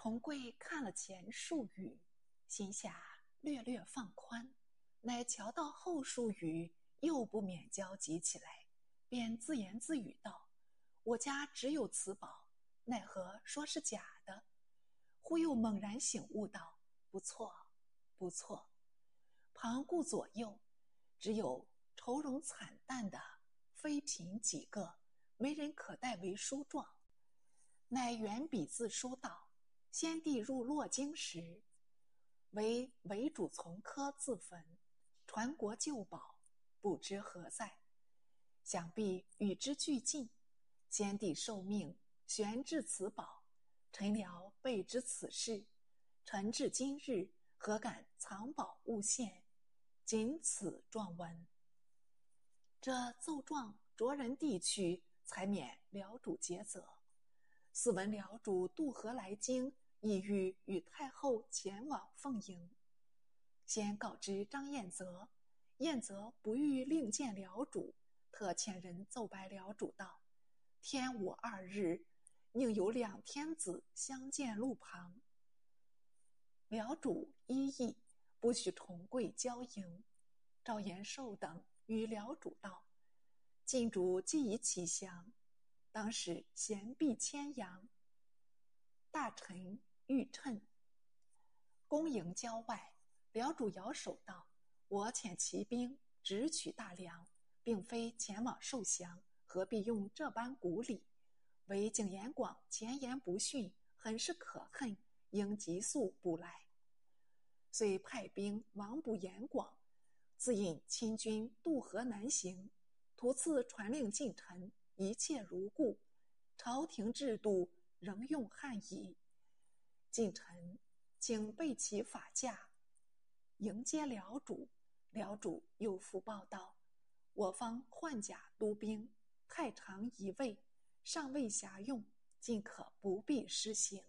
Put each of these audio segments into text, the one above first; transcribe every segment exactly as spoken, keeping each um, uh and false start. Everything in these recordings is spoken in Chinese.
重贵看了前数语，心下略略放宽，乃瞧到后数语又不免焦急起来，便自言自语道：我家只有此宝，奈何说是假的？忽又猛然醒悟道：不错不错。旁顾左右，只有愁容惨淡的妃嫔几个，没人可代为书状。乃原笔自书道：先帝入洛京时，为为主从科自焚，传国旧宝，不知何在。想必与之俱尽，先帝受命悬置此宝，臣僚备知此事，臣至今日何敢藏宝勿现？仅此状文。这奏状着人递去，才免辽主诘责。似闻辽主渡河来京，意欲与太后前往奉迎。先告知张彦泽，彦泽不欲另见辽主，特遣人奏白辽主道：天午二日，宁有两天子相见路旁。辽主依议，不许重贵交迎。赵延寿等与辽主道：晋主既已启降，当使贤婢牵羊。大臣欲趁恭迎郊外，辽主摇手道：我遣骑兵直取大梁，并非前往受降，何必用这般古礼？唯景延广前言不逊，很是可恨，应急速捕来。遂派兵王捕延广，自引亲军渡河南行，途次传令近臣，一切如故，朝廷制度仍用汉仪。近臣请备齐法驾，迎接辽主。辽主又复报道：我方换甲督兵太常一位，尚未暇用，尽可不必施行。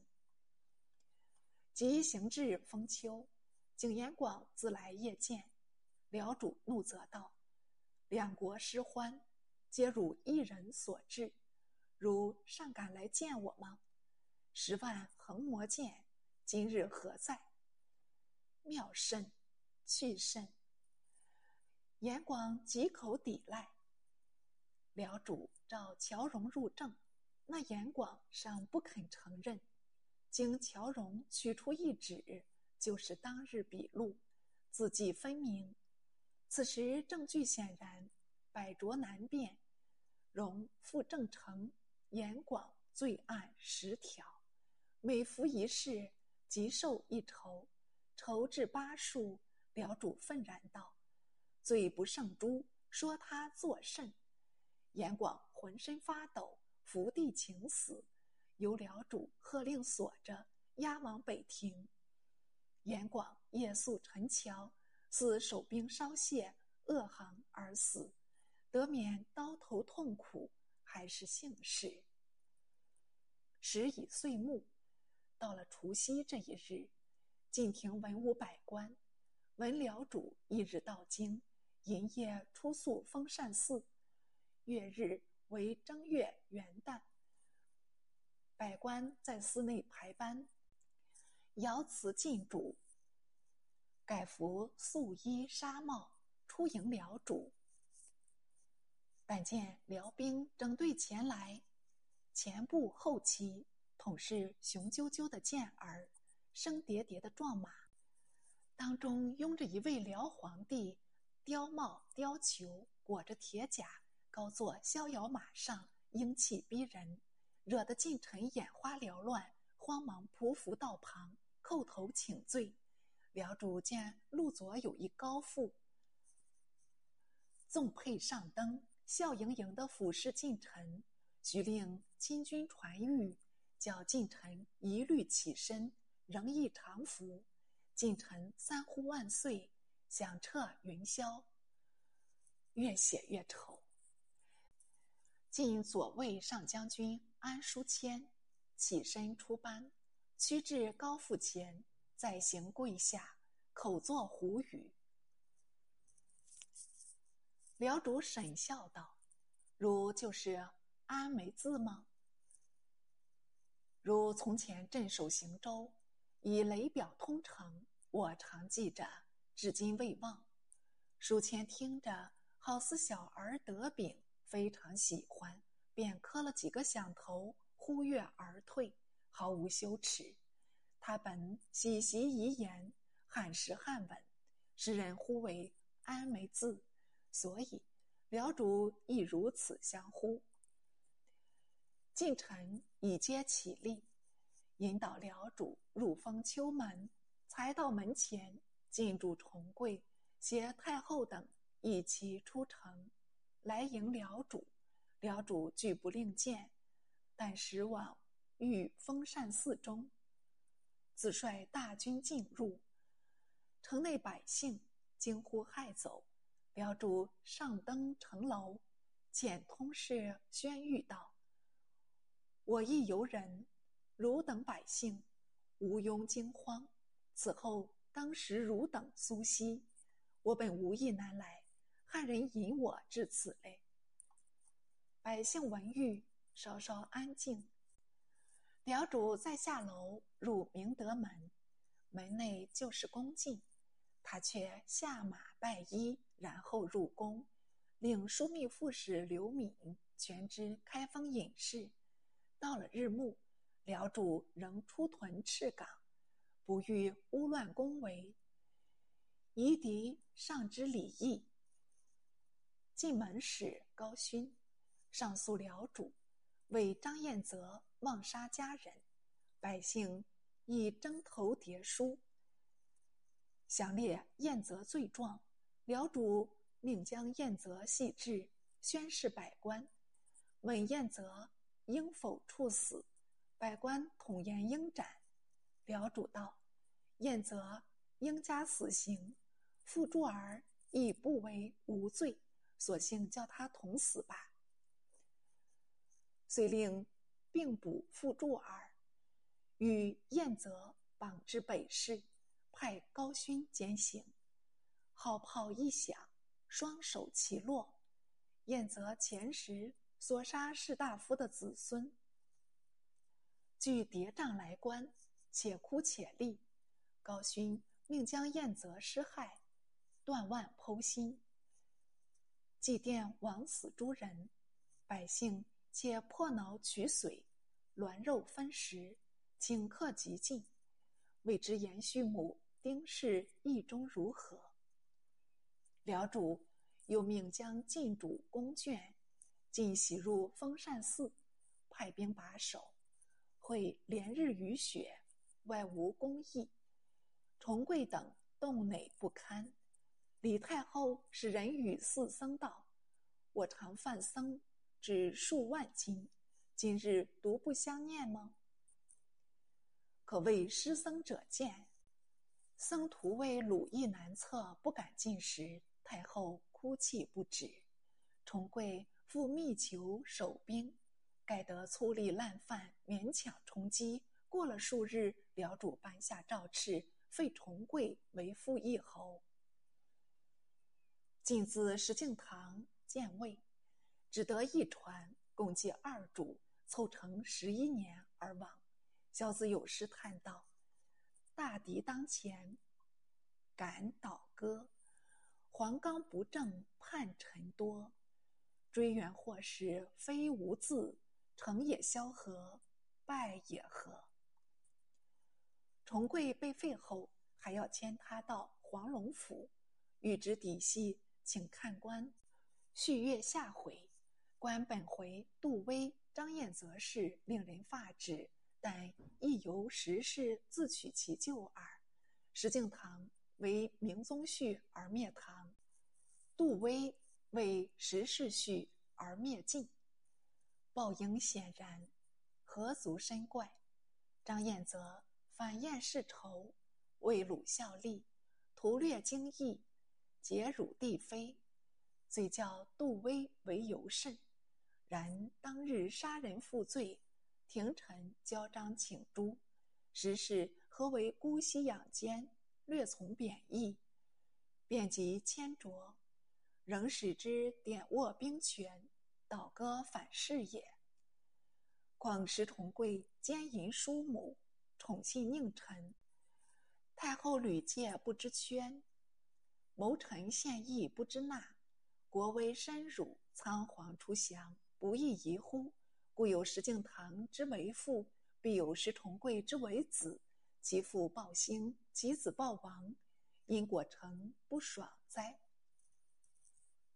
即行至封丘，景延广自来谒见。辽主怒责道：两国失欢，皆汝一人所致，汝尚敢来见我吗？十万横魔剑，今日何在？妙甚，去甚。延广几口抵赖。辽主召乔荣入正，那延广尚不肯承认。经乔荣取出一纸，就是当日笔录，字迹分明。此时证据显然，百着难辨。荣复正成，延广罪案十条，每服一事，即受一筹，筹至八数。辽主愤然道：罪不胜诛，说他作甚？延广浑身发抖，伏地请死，由辽主喝令锁着，押往北庭。延广夜宿陈桥，似守兵稍懈，恶行而死，得免刀头痛苦，还是幸事。时已岁暮，到了除夕这一日，晋廷文武百官闻辽主一日到京，银夜出宿封禅寺，月日为正月元旦。百官在寺内排班，遥辞晋主，改服素衣纱帽，出迎辽主。但见辽兵整队前来，前部后骑，统是雄赳赳的健儿，声叠叠的壮马，当中拥着一位辽皇帝，貂帽貂裘，裹着铁甲，高坐逍遥马上，英气逼人，惹得近臣眼花缭乱，慌忙匍匐道旁，叩头请罪。辽主见路左有一高妇，纵辔上登，笑盈盈地俯视近臣，须令亲军传谕，叫近臣一律起身，仍议常服。近臣三呼万岁，响彻云霄。越写越丑。晋左卫上将军安书谦起身出班，趋至高父前，再行跪下，口作胡语。辽主沈笑道：汝就是安梅字吗？ 如从前镇守行州，以雷表通城，我常记着，至今未忘。书签听着，好似小儿得饼，非常喜欢，便磕了几个响头，忽跃而退，毫无羞耻。他本喜习遗言，罕识汉文，时人呼为安梅字，所以辽主亦如此相呼。近臣以皆起立，引导辽主入封秋门，才到门前，进驻重贵，携太后等一齐出城，来迎辽主。辽主拒不令见，但使往御封禅寺中，自率大军进入。城内百姓惊呼骇走，辽主上登城楼，遣通事宣谕道：我亦游人，汝等百姓无庸惊慌，此后当时汝等苏息，我本无意南来，汉人引我至此嘞。百姓闻谕，稍稍安静。辽主再下楼入明德门，门内就是宫禁，他却下马拜揖，然后入宫，令枢密副使刘敏全知开封隐事。到了日暮，辽主仍出屯赤岗，不欲污乱宫闱，夷狄上之礼义。进门使高勋上诉辽主，为张彦泽妄杀家人，百姓亦争头叠书，详列彦泽罪状。辽主命将彦泽系至，宣示百官，问彦泽应否处死，百官统言应斩。辽主道：彦泽应加死刑，傅珠儿亦不为无罪，索性叫他同死吧。遂令并捕傅珠儿，与彦泽绑至北市，派高勋监行。号炮一响，双手齐落。彦泽前时所杀士大夫的子孙，据叠嶂来观，且哭且立。高勋命将彦泽施害，断腕剖心，祭奠枉死诸人，百姓且破挠取髓，挛肉分食，顷刻极尽。未知延续母丁氏意中如何？辽主又命将禁主宫眷尽徙入封禅寺，派兵把守，会连日雨雪，外无公役，重贵等洞馁不堪。李太后使人与寺僧道：我常犯僧只数万斤，今日独不相念吗？可谓失僧者见。僧徒为鲁艺难测，不敢进食，太后哭泣不止。重贵复密求守兵，盖得粗粝滥犯，勉强充饥。过了数日，辽主颁下诏敕，废重贵为副议侯。进自石敬瑭建魏，只得一传，共计二主，凑成十一年而亡。萧子有诗叹道：大敌当前，敢倒戈，黄冈不正叛臣多。追远祸事非无字，成也萧何，败也何。重贵被废后，还要迁他到黄龙府，欲知底细，请看官续阅下回。观本回杜威、张彦泽事令人发指，但亦由时事自取其咎耳。石敬瑭为明宗序而灭唐，杜威为时事序而灭晋，报应显然，何足深怪。张彦泽反厌世仇，为鲁效力，图略经义，劫辱帝妃，遂叫杜威为尤甚。然当日杀人负罪，廷臣交章请诛，时是何为姑息养奸，略从贬义，便即迁擢，仍使之典握兵权，倒戈反噬也。 况石重贵奸淫叔母，宠幸佞臣。太后屡戒不知宣，谋臣献议不知纳。国威深辱，仓皇出降，不亦宜乎？故有石敬瑭之为父，必有石重贵之为子。其父报兴，其子报亡，因果诚不爽哉？